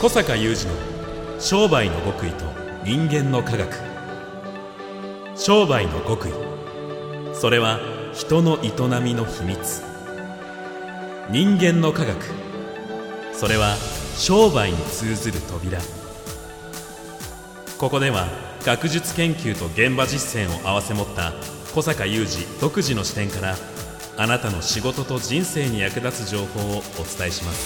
小坂雄二の商売の極意と人間の科学。商売の極意、それは人の営みの秘密。人間の科学、それは商売に通ずる扉。ここでは学術研究と現場実践を併せ持った小坂雄二独自の視点から、あなたの仕事と人生に役立つ情報をお伝えします。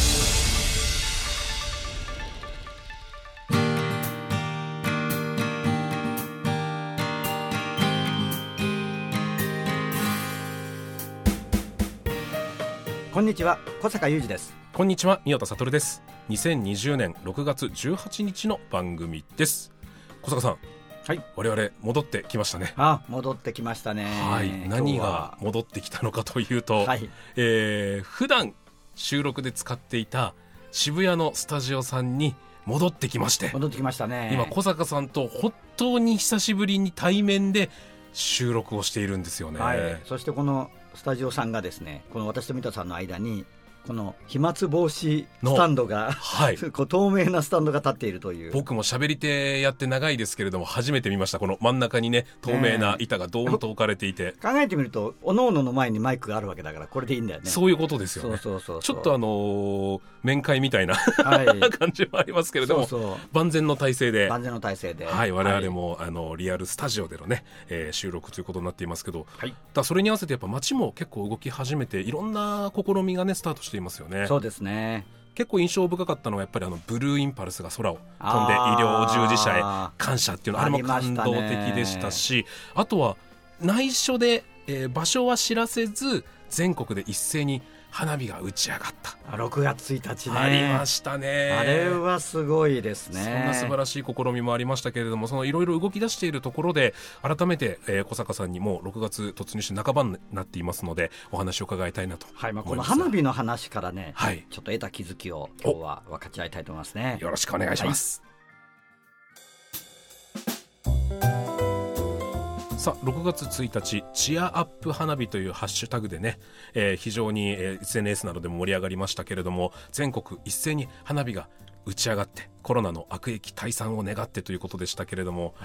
こんにちは、小坂雄二です。 こんにちは、宮田悟です。2020年6月18日の番組です。小坂さん、 はい、 我々戻ってきましたね。 戻ってきましたね。 はい、何が戻ってきたのかというと、 はい、 普段収録で使っていた渋谷のスタジオさんに戻ってきまして、 戻ってきましたね。 今小坂さんと本当に久しぶりに対面で収録をしているんですよね。 はい、そしてこのスタジオさんがですね、この私と三田さんの間にこの飛沫防止スタンドが、はい、こう透明なスタンドが立っているという。 僕も喋り手やって長いですけれども初めて見ました。この真ん中にね、透明な板がドーンと置かれていて、 考えてみると各々の前にマイクがあるわけだから、これでいいんだよね。 そういうことですよね。 そうちょっと面会みたいな、はい、感じもありますけれども、万全の体制で、 はい、 我々も、リアルスタジオでのね、収録ということになっていますけど、 はい、 だそれに合わせてやっぱ街も結構動き始めて、いろんな試みがねスタートしていますよね。 そうですね。 結構印象深かったのはやっぱりブルーインパルスが空を飛んで医療従事者へ感謝っていうの、あれも感動的でしたし、あとは内緒で、場所は知らせず全国で一斉に花火が打ち上がった 6月1日ね、 ありましたね。 あれはすごいですね。 そんな素晴らしい試みもありましたけれども、そのいろいろ動き出しているところで改めて、小坂さんにも6月突入して半ばになっていますのでお話を伺いたいなと思います。 この花火の話からね、 はい、 ちょっと得た気づきを今日は分かち合いたいと思いますね。 よろしくお願いします。さあ6月1日チアアップ花火というハッシュタグでね、非常に、SNS などでも盛り上がりましたけれども、全国一斉に花火が打ち上がってコロナの悪疫退散を願ってということでしたけれども、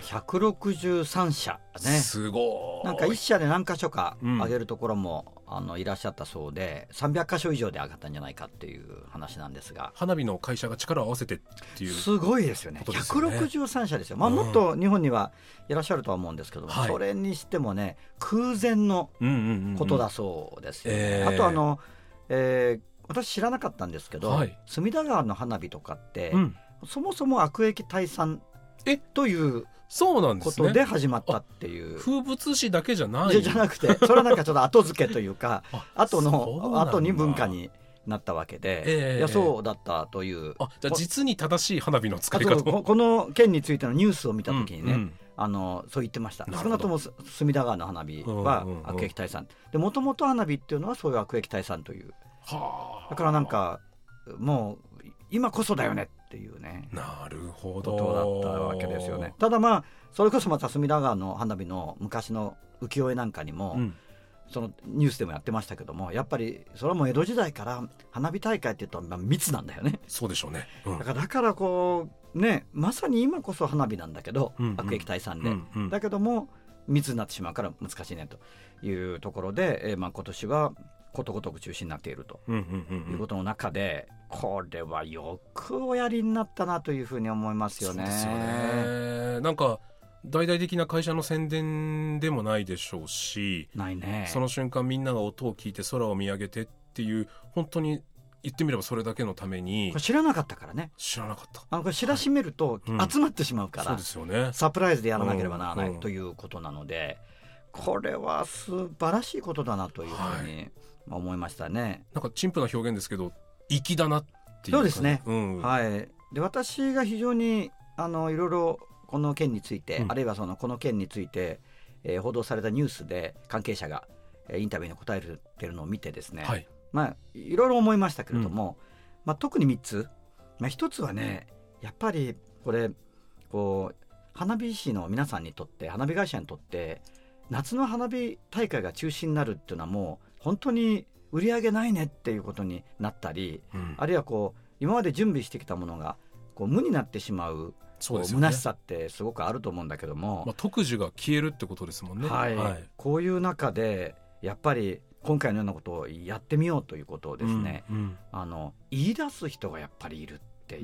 163社ね、 すごい。 なんか1社で何箇所か上げるところも、いらっしゃったそうで、300箇所以上で上がったんじゃないかっていう話なんですが、 花火の会社が力を合わせてっていう、 すごいですよね。163社ですよ。もっと日本にはいらっしゃるとは思うんですけども、それにしてもね、空前のことだそうですよね。あと私知らなかったんですけど、隅田川の花火とかって、そもそも悪疫退散ということで始まったっていう、 風物詩だけじゃないじゃなくて、それはなんかちょっと後付けというか後に文化になったわけで、いやそうだったという。 じゃあ実に正しい花火の使い方。 この件についてのニュースを見た時にね、そう言ってました。少なくとも隅田川の花火は悪疫退散で、もともと花火っていうのはそういう悪疫退散という、だからなんかもう今こそだよねっていうね、 なるほどことだったわけですよね。ただそれこそまた隅田川の花火の昔の浮世絵なんかにも、そのニュースでもやってましたけども、やっぱりそれはもう江戸時代から花火大会っていうと密なんだよね。 そうでしょうね、 だからこうね、まさに今こそ花火なんだけど、悪疫退散で、だけども密になってしまうから難しいねというところで、今年はことごとく中止になっているということの中で、これはよくおやりになったなというふうに思いますよね。 そうですよね。なんか大々的な会社の宣伝でもないでしょうし、 ないね。 その瞬間みんなが音を聞いて空を見上げてっていう、本当に言ってみればそれだけのために。 知らなかったからね。 知らなかった。 これ知らしめると集まってしまうから、 そうですよね。 サプライズでやらなければならないということなので、これは素晴らしいことだなというふうに思いましたね。 なんか陳腐な表現ですけど、粋だなっていう。 そうですね、で私が非常にいろいろこの件について、あるいはこの件について、報道されたニュースで関係者が、インタビューに答えてるのを見てですね、いろいろ思いましたけれども、特に3つ、1つはね、やっぱりこれ花火師の皆さんにとって、花火会社にとって夏の花火大会が中止になるっていうのはもう本当に売り上げないねっていうことになったり、あるいは今まで準備してきたものがこう無になってしまう、 そうですよね、 虚しさってすごくあると思うんだけども、 特需が消えるってことですもんね。 こういう中でやっぱり今回のようなことをやってみようということをですね、言い出す人がやっぱりいるっていう、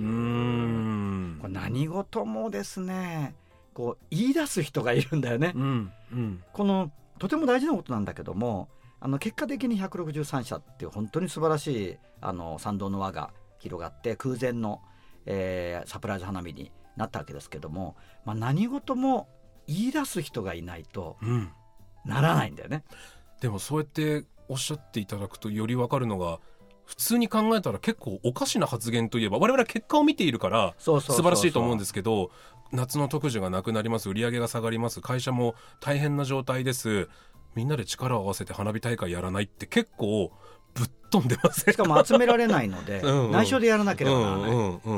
これ何事もですねこう言い出す人がいるんだよね、このとても大事なことなんだけども、結果的に163社っていう本当に素晴らしい賛同の輪が広がって空前の、サプライズ花火になったわけですけども、何事も言い出す人がいないとならないんだよね。 でもそうやっておっしゃっていただくとより分かるのが、普通に考えたら結構おかしな発言といえば、我々は結果を見ているから素晴らしいと思うんですけど、夏の特需がなくなります、売り上げが下がります、会社も大変な状態です、みんなで力を合わせて花火大会やらないって結構ぶっ飛んでませんか？ しかも集められないので内緒でやらなければならない、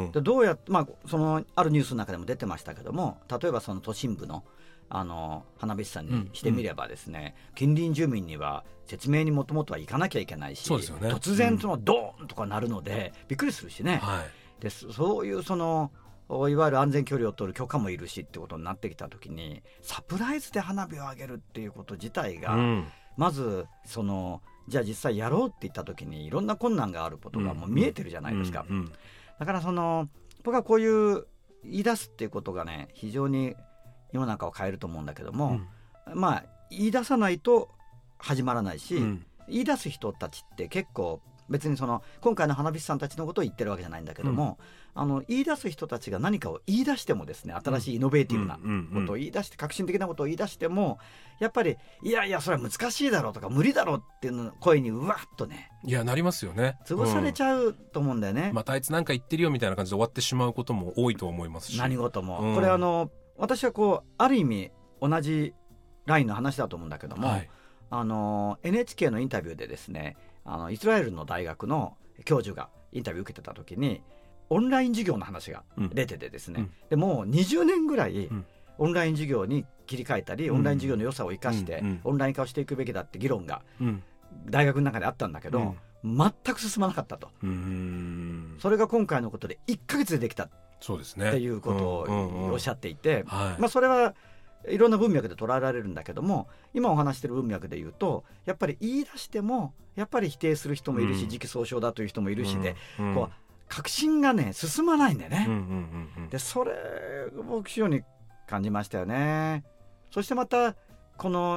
でどうやって、そのあるニュースの中でも出てましたけども、例えばその都心部の花火師さんにしてみればですね、近隣住民には説明にもともとは行かなきゃいけないし、 そうですよね、 突然そのドーンとかなるのでびっくりするしね、でそういうそのいわゆる安全距離を取る許可もいるしってことになってきた時に、サプライズで花火を上げるっていうこと自体が、まずそのじゃあ実際やろうって言った時にいろんな困難があることがもう見えてるじゃないですか、だからその僕はこういう言い出すっていうことがね非常に世の中を変えると思うんだけども、言い出さないと始まらないし、言い出す人たちって結構別にその今回の花火師さんたちのことを言ってるわけじゃないんだけども、言い出す人たちが何かを言い出してもですね、新しいイノベーティブなことを言い出して、革新的なことを言い出してもやっぱりいやいやそれは難しいだろうとか無理だろうっていう声にうわっとね、 いやなりますよね、 潰されちゃうと思うんだよね、 またあいつなんか言ってるよみたいな感じで終わってしまうことも多いと思いますし、 何事も、これ私はこうある意味同じラインの話だと思うんだけども、NHK のインタビューでですね、イスラエルの大学の教授がインタビュー受けてた時にオンライン授業の話が出ててですね、でもう20年ぐらいオンライン授業に切り替えたり、オンライン授業の良さを生かしてオンライン化をしていくべきだって議論が大学の中であったんだけど、全く進まなかったと、それが今回のことで1ヶ月でできたっていうことをおっしゃっていて、それはいろんな文脈で捉えられるんだけども、今お話している文脈で言うとやっぱり言い出してもやっぱり否定する人もいるし、時期尚早だという人もいるしで、こう革新がね進まないんだよね、でそれを僕非常に感じましたよね。そしてまたこの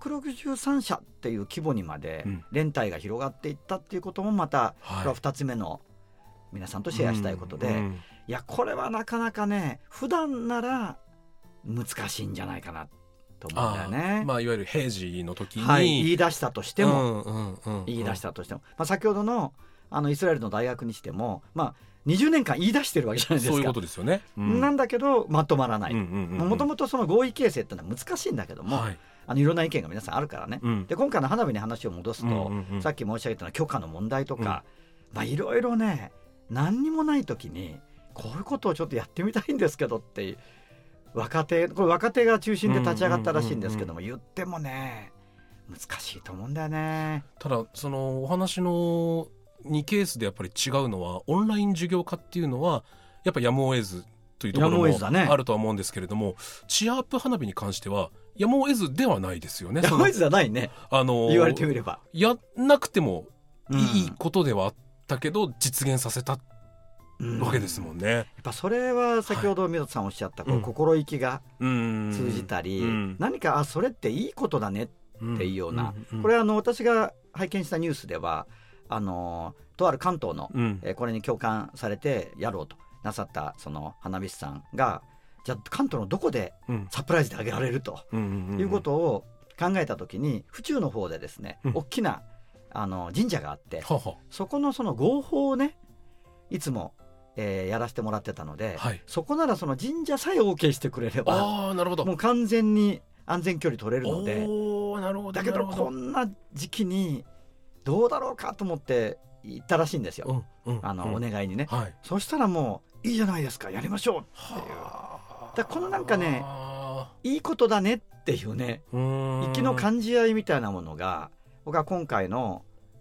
163社っていう規模にまで連帯が広がっていったっていうこともまた、これは2つ目の皆さんとシェアしたいことで、いやこれはなかなかね普段なら難しいんじゃないかなと思うんだよね。 いわゆる平時の時に、 言い出したとしても、先ほどのイスラエルの大学にしても、20年間言い出してるわけじゃないですか。 そういうことですよね、 なんだけどまとまらない。もともとその合意形成ってのは難しいんだけども、いろんな意見が皆さんあるからね、で今回の花火に話を戻すと、さっき申し上げたのは許可の問題とか、いろいろね何にもない時にこういうことをちょっとやってみたいんですけどって若手が中心で立ち上がったらしいんですけども、言ってもね難しいと思うんだよね。 ただそのお話の2ケースでやっぱり違うのは、オンライン授業化っていうのはやっぱやむを得ずというところもあるとは思うんですけれども、チアアップ花火に関してはやむを得ずではないですよね。 やむを得ずじゃないね、言われてみればやんなくてもいいことではあったけど、実現させたわけですもんね。 やっぱそれは先ほど水戸さんおっしゃった、心意気が通じたり、何かそれっていいことだねっていうような、これ私が拝見したニュースではとある関東の、これに共感されてやろうとなさったその花火師さんが、じゃあ関東のどこでサプライズであげられるということを考えた時に、府中の方でですね、大きな神社があって、そこのその合法をねいつもやらせてもらってたので、そこならその神社さえ OK してくれればもう完全に安全距離取れるので、だけどこんな時期にどうだろうかと思って行ったらしいんですよ、お願いにね、そしたらもういいじゃないですかやりましょうっていう、だこのなんかねいいことだねっていうね、粋の感じ合いみたいなものが僕は今回の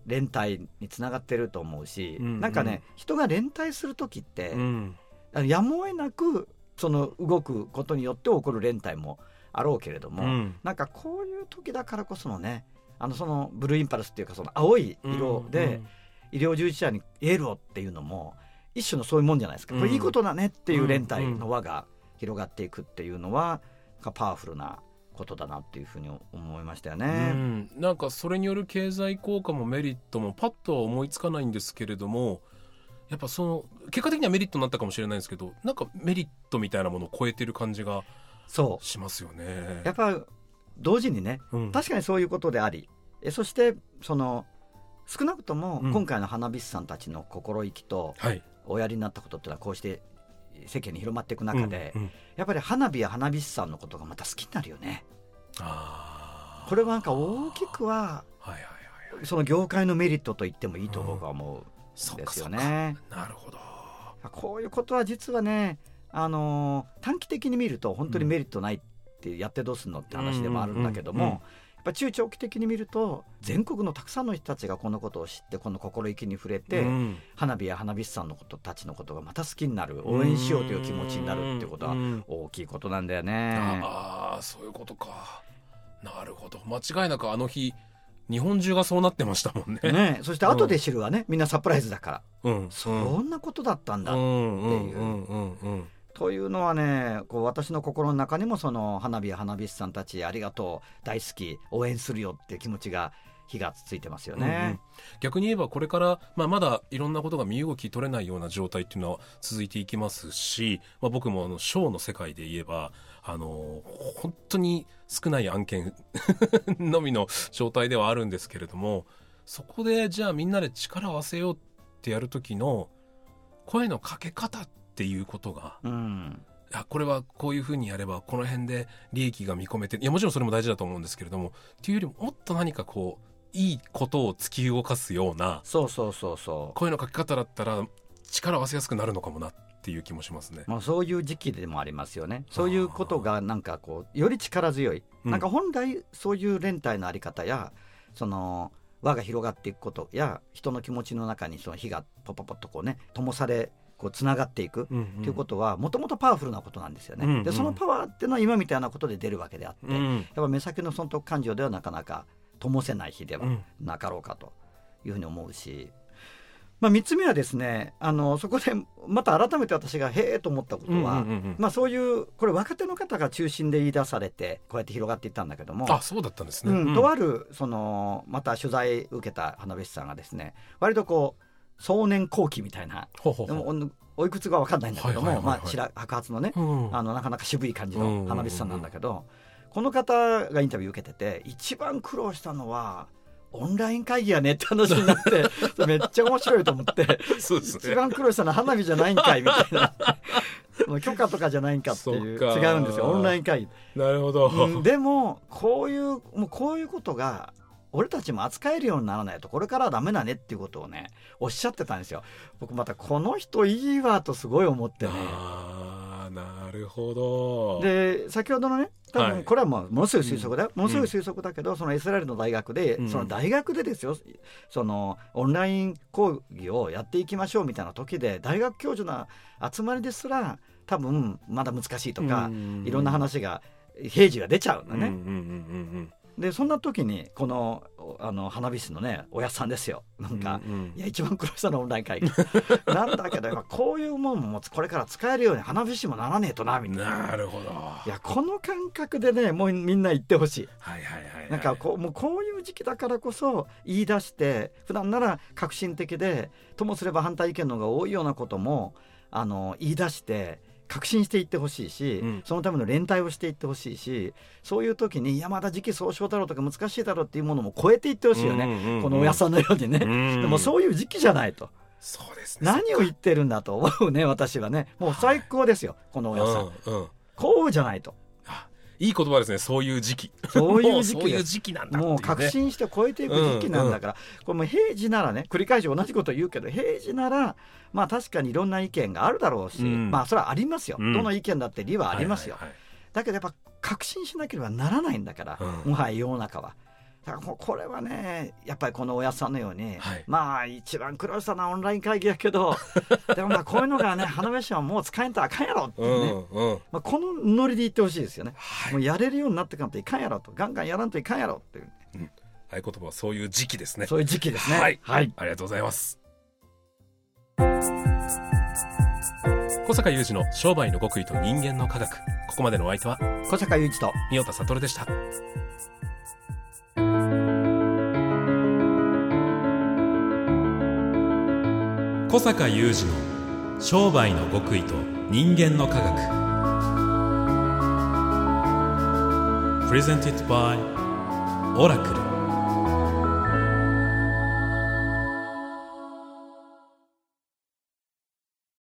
連帯につながってると思うし、 うんうん、 なんかね人が連帯する時って、 うん、 やむを得なくその動くことによって起こる連帯もあろうけれども、なんかこういう時だからこそのねそのブルーインパルスっていうかその青い色で医療従事者にエールをっていうのも一種のそういうもんじゃないですか、これいいことだねっていう連帯の輪が広がっていくっていうのはパワフルなことだなっていうふうに思いましたよね、 なんかそれによる経済効果もメリットもパッとは思いつかないんですけれども、やっぱその結果的にはメリットになったかもしれないんですけど、なんかメリットみたいなものを超えてる感じがしますよね。 やっぱ同時にね、確かにそういうことであり、そしてその少なくとも今回の花火師さんたちの心意気とおやりになったことっていうのはこうして世間に広まっていく中で、やっぱり花火や花火師さんのことがまた好きになるよね。これはなんか大きくはその業界のメリットと言ってもいいと僕は思うんですよね。 なるほど。 こういうことは実はね、短期的に見ると本当にメリットないってやってどうすんのって話でもあるんだけども、やっぱ中長期的に見ると全国のたくさんの人たちがこのことを知ってこの心意気に触れて、花火や花火師さんのことたちのことがまた好きになる、応援しようという気持ちになるっていうことは大きいことなんだよね。 そういうことか。なるほど。間違いなくあの日日本中がそうなってましたもん ね。 そして後で知るはね、みんなサプライズだから、そんなことだったんだっていう、というのはね、こう私の心の中にもその花火や花火師さんたちありがとう、大好き、応援するよっていう気持ちが火がついてますよね、 逆に言えばこれから、まだいろんなことが身動き取れないような状態っていうのは続いていきますし、僕もショーの世界で言えば本当に少ない案件のみの状態ではあるんですけれども、そこでじゃあみんなで力を合わせようってやる時の声のかけ方っていうことが、これはこういうふうにやればこの辺で利益が見込めて、いやもちろんそれも大事だと思うんですけれども、っていうよりももっと何かこういいことを突き動かすような声のかけ方だったら力を合わせやすくなるのかもなっていう気もしますね。 そういう時期でもありますよね。そういうことがなんかこうより力強い、なんか本来そういう連帯のあり方やその輪が広がっていくことや人の気持ちの中にその火がポポポッとこうね灯されこうつながっていくということはもともとパワフルなことなんですよね、でそのパワーっていうのは今みたいなことで出るわけであって、やっぱ目先の損得感情ではなかなか灯せない火ではなかろうかというふうに思うし、3つ目はですね、そこでまた改めて私がへえと思ったことは、そういうこれ若手の方が中心で言い出されてこうやって広がっていったんだけども、 そうだったんですね、 とあるそのまた取材受けた花火師さんがですね、割とこう壮年後期みたいな、でもおいくつか分かんないんだけども、白髪のね、なかなか渋い感じの花火師さんなんだけど、この方がインタビュー受けてて一番苦労したのはオンライン会議やねって話になってめっちゃ面白いと思ってそうですね、 一番苦労したのは花火じゃないんかいみたいな許可とかじゃないんかっていう、違うんですよ、オンライン会議。 なるほど、 でもこういうことが俺たちも扱えるようにならないとこれからはダメだねっていうことをねおっしゃってたんですよ。僕またこの人いいわとすごい思ってね。 なるほど。 で先ほどのね、多分これはものすごい推測だよ、ものすごい推測だけど、そのイスラエルの大学で、その大学でですよ、そのオンライン講義をやっていきましょうみたいな時で大学教授の集まりですら多分まだ難しいとか、いろんな話が平時が出ちゃうんだね。でそんな時にこの花火師のねおやっさんですよ、なんか、いや一番苦労したのはオンライン会議なんだけど、やっぱこういうものもこれから使えるように花火師もならねえとなみたいな。 なるほど。 いやこの感覚でねもうみんな言ってほしい。なんかもうこういう時期だからこそ言い出して、普段なら革新的でともすれば反対意見の方が多いようなことも言い出して確信していってほしいし、そのための連帯をしていってほしいし、そういう時にいやまだ時期尚早だろうとか難しいだろうっていうものも超えていってほしいよね、このおやさんのようにね、でもそういう時期じゃないと。 そうですね、 何を言ってるんだと思うね私はね。もう最高ですよ、このおやさん、こうじゃないと。 いい言葉ですね、そういう時期。 そういう時期そういう時期なんだっていうね、 もう確信して超えていく時期なんだから、これも平時ならね、繰り返し同じこと言うけど、平時なら確かにいろんな意見があるだろうし、それはありますよ、どの意見だって理はありますよ、だけどやっぱ確信しなければならないんだから、もはや世の中は。 だからもうこれはねやっぱりこのおやつさんのように、 はい、 まあ一番苦労したのはオンライン会議やけどでもまあこういうのがね花火師はもう使えんとあかんやろっていうね、まあ、このノリで言ってほしいですよね、はい、もうやれるようになってかんといかんやろと、ガンガンやらんといかんやろっていう、 合言葉はそういう時期ですね。 そういう時期ですね。 はい、はい、ありがとうございます。小坂雄二の商売の極意と人間の科学。ここまでのお相手は小坂雄二と三代田悟でした。 小坂雄二の商売の極意と人間の科学。Presented by オラクル。